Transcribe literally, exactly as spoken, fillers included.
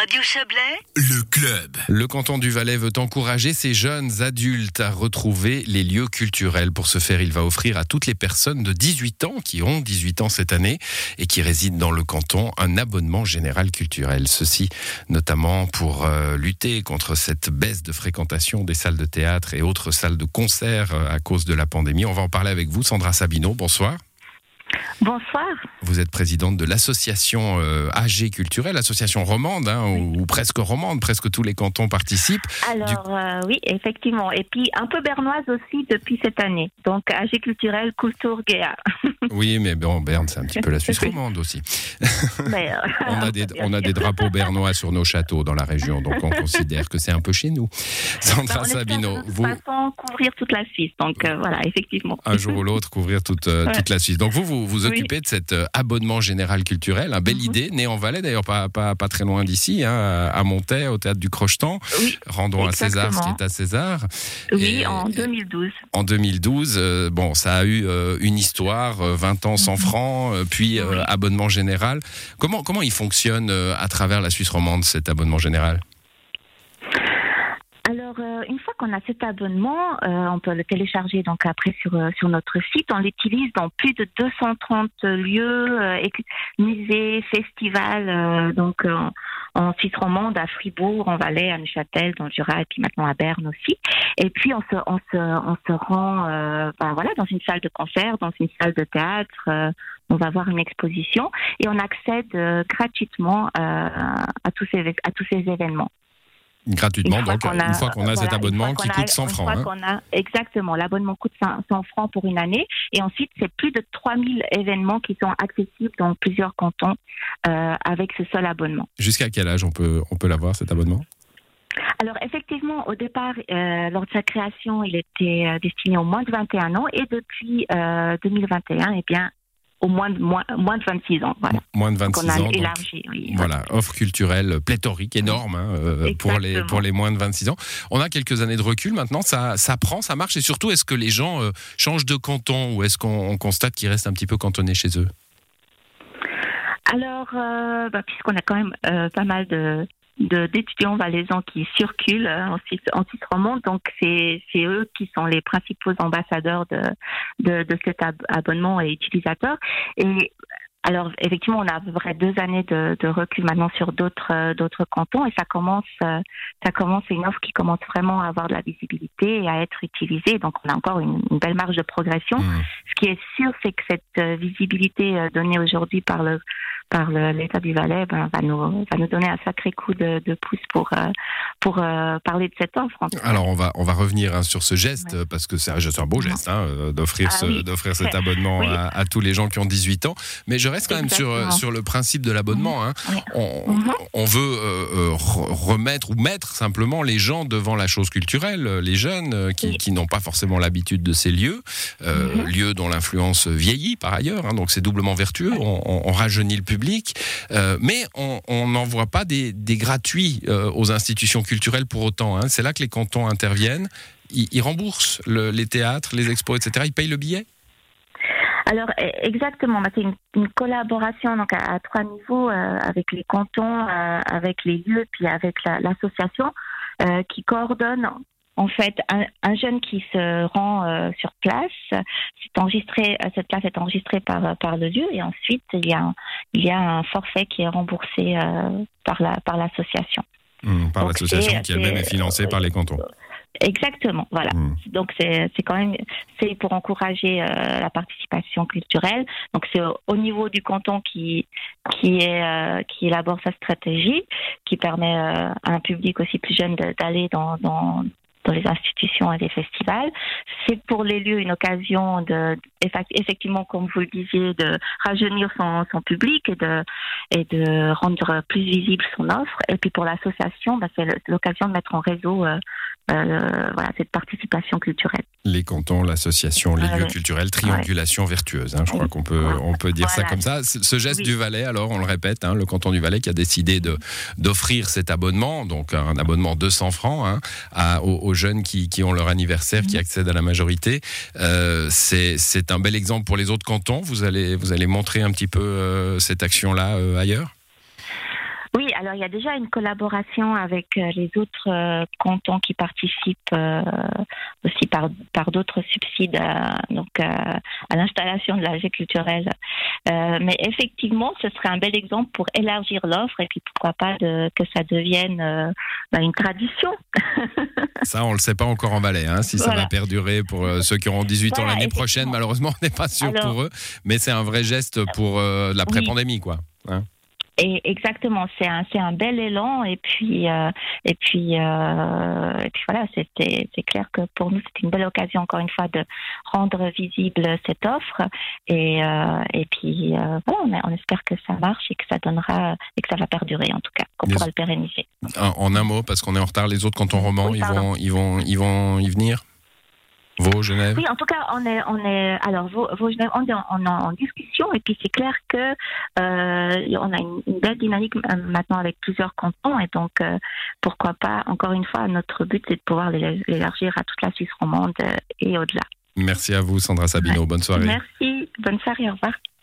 Radio Chablais, le club. Le canton du Valais veut encourager ses jeunes adultes à retrouver les lieux culturels. Pour ce faire, il va offrir à toutes les personnes de dix-huit ans, qui ont dix-huit ans cette année et qui résident dans le canton, un abonnement général culturel. Ceci notamment pour euh, lutter contre cette baisse de fréquentation des salles de théâtre et autres salles de concert euh, à cause de la pandémie. On va en parler avec vous, Sandra Sabino. Bonsoir. Bonsoir. Vous êtes présidente de l'association euh, A G Culturelle, association romande, hein, oui. ou, ou presque romande, presque tous les cantons participent. Alors Du... euh, oui, effectivement. Et puis un peu bernoise aussi depuis cette année. Donc A G Culturelle, Kultur Gea. Oui, mais bon, Berne, c'est un petit peu la Suisse romande aussi. Mais, euh, on, a des, on a des drapeaux bernois sur nos châteaux dans la région, donc on considère que c'est un peu chez nous. Sandra bah, Sabino, de toute vous... façon couvrir toute la Suisse. Donc euh, voilà, effectivement. Un jour ou l'autre, couvrir toute, euh, ouais. toute la Suisse. Donc vous, vous vous occupez oui. de cet euh, abonnement général culturel, une belle mm-hmm. idée, né en Valais, d'ailleurs pas, pas, pas très loin d'ici, hein, à Montaix, au Théâtre du Crochetan. Oui, Rendons exactement. à César ce qui est à César. Oui, Et, en deux mille douze. En deux mille douze, euh, bon, ça a eu euh, une histoire, euh, vingt ans sans Mm-hmm. francs, euh, puis euh, oui. abonnement général. Comment, comment il fonctionne euh, à travers la Suisse romande, cet abonnement général ? Alors, euh, une fois qu'on a cet abonnement, euh, on peut le télécharger donc après sur euh, sur notre site. On l'utilise dans plus de deux cent trente lieux, euh, musées, festivals, euh, donc euh, en Suisse romande, à Fribourg, en Valais, à Neuchâtel, dans le Jura, et puis maintenant à Berne aussi. Et puis on se on se on se rend, euh, ben voilà, dans une salle de concert, dans une salle de théâtre. Euh, on va voir une exposition et on accède euh, gratuitement euh, à tous ces à tous ces événements. Gratuitement, donc a, une fois qu'on a voilà, cet abonnement qui a, coûte cent francs. Une fois hein. qu'on a, exactement, l'abonnement coûte cent francs pour une année. Et ensuite, c'est plus de trois mille événements qui sont accessibles dans plusieurs cantons euh, avec ce seul abonnement. Jusqu'à quel âge on peut, on peut l'avoir, cet abonnement ? Alors effectivement, au départ, euh, lors de sa création, il était euh, destiné aux moins de vingt et un ans. Et depuis euh, deux mille vingt et un, eh bien, au moins de, moins, moins de vingt-six ans. Voilà. Moins de vingt-six ans. On a ans. élargi, donc, oui. Voilà, offre culturelle pléthorique, énorme hein, euh, pour, les, pour les moins de vingt-six ans. On a quelques années de recul maintenant, ça, ça prend, ça marche. Et surtout, est-ce que les gens euh, changent de canton ou est-ce qu'on on constate qu'ils restent un petit peu cantonnés chez eux ? Alors, euh, bah, puisqu'on a quand même euh, pas mal de... De, d'étudiants valaisans qui circulent en Suisse, en Suisse romande, donc c'est, c'est eux qui sont les principaux ambassadeurs de, de, de cet ab- abonnement et utilisateurs. Et alors effectivement, on a à peu près deux années de, de recul maintenant sur d'autres, euh, d'autres cantons et ça commence, euh, ça commence, c'est une offre qui commence vraiment à avoir de la visibilité et à être utilisée. Donc on a encore une, une belle marge de progression. Mmh. Ce qui est sûr, c'est que cette euh, visibilité euh, donnée aujourd'hui par le par le, l'État du Valais, ben, va nous va nous donner un sacré coup de, de pouce pour euh, pour euh, parler de cette offre. Alors on va on va revenir hein, sur ce geste ouais. parce que c'est un, c'est un beau geste hein, d'offrir ah, ce, oui. d'offrir cet abonnement oui. à, à tous les gens qui ont dix-huit ans. Mais je reste quand Exactement. même sur sur le principe de l'abonnement. Hein. Oui. On, mm-hmm. on veut euh, remettre ou mettre simplement les gens devant la chose culturelle, les jeunes qui oui. qui n'ont pas forcément l'habitude de ces lieux, euh, mm-hmm. lieux dont l'influence vieillit par ailleurs. Hein, donc c'est doublement vertueux. On, on, on rajeunit le public. Euh, mais on n'envoie pas des, des gratuits euh, aux institutions culturelles pour autant. Hein. C'est là que les cantons interviennent. Ils, ils remboursent le, les théâtres, les expos, et cetera. Ils payent le billet ? Alors exactement, c'est une, une collaboration donc à, à trois niveaux euh, avec les cantons, euh, avec les lieux, puis avec la, l'association euh, qui coordonne. En fait, un, un jeune qui se rend euh, sur place, c'est enregistré, cette place est enregistrée par par le lieu et ensuite il y a un, il y a un forfait qui est remboursé euh, par la par l'association. Mmh, par Donc l'association c'est, qui elle-même est financée euh, par les cantons. Exactement, voilà. Mmh. Donc c'est c'est quand même c'est pour encourager euh, la participation culturelle. Donc c'est au, au niveau du canton qui qui est euh, qui élabore sa stratégie, qui permet euh, à un public aussi plus jeune de, d'aller dans dans dans les institutions et les festivals. C'est pour les lieux une occasion de, effectivement, comme vous le disiez, de rajeunir son, son public et de, et de rendre plus visible son offre. Et puis pour l'association, bah, c'est l'occasion de mettre en réseau euh, euh, voilà, cette participation culturelle. Les cantons, l'association, les ah, lieux oui. culturels, triangulation ouais. vertueuse. Hein, je crois qu'on peut, on peut dire voilà. ça comme ça. Ce geste oui. du Valais, alors, on le répète, hein, le canton du Valais qui a décidé de, d'offrir cet abonnement, donc un abonnement de cent francs hein, à, aux, aux jeunes qui, qui ont leur anniversaire, mmh. qui accèdent à la majorité. Euh, c'est, c'est un bel exemple pour les autres cantons. Vous allez, vous allez montrer un petit peu euh, cette action-là euh, ailleurs ? Oui, alors il y a déjà une collaboration avec euh, les autres euh, cantons qui participent euh, aussi par, par d'autres subsides à, donc, euh, à l'installation de la G culturelle. Euh, mais effectivement, ce serait un bel exemple pour élargir l'offre et puis pourquoi pas de, que ça devienne euh, bah, une tradition. Ça, on ne le sait pas encore en Valais, hein, si ça voilà. va perdurer pour euh, ceux qui auront dix-huit voilà, ans l'année prochaine. Malheureusement, on n'est pas sûr Alors, pour eux, mais c'est un vrai geste pour euh, l'après-pandémie, quoi. Hein. Et exactement, c'est un c'est un bel élan et puis euh, et puis euh, et puis voilà, c'était c'est clair que pour nous c'était une belle occasion encore une fois de rendre visible cette offre et euh, et puis euh, voilà, on, on espère que ça marche et que ça donnera et que ça va perdurer en tout cas, qu'on pourra le pérenniser. En, en un mot, parce qu'on est en retard, les autres cantons romans, oui, ils vont ils vont ils vont y venir. Vaud, Genève. Oui, en tout cas, on est, on est, alors Vaud, Vaud Genève, on est en, on est en discussion et puis c'est clair que euh, on a une, une belle dynamique maintenant avec plusieurs cantons et donc euh, pourquoi pas. Encore une fois, notre but c'est de pouvoir l'élargir à toute la Suisse romande et au-delà. Merci à vous, Sandra Sabino. Ouais. Bonne soirée. Merci. Bonne soirée. Au revoir.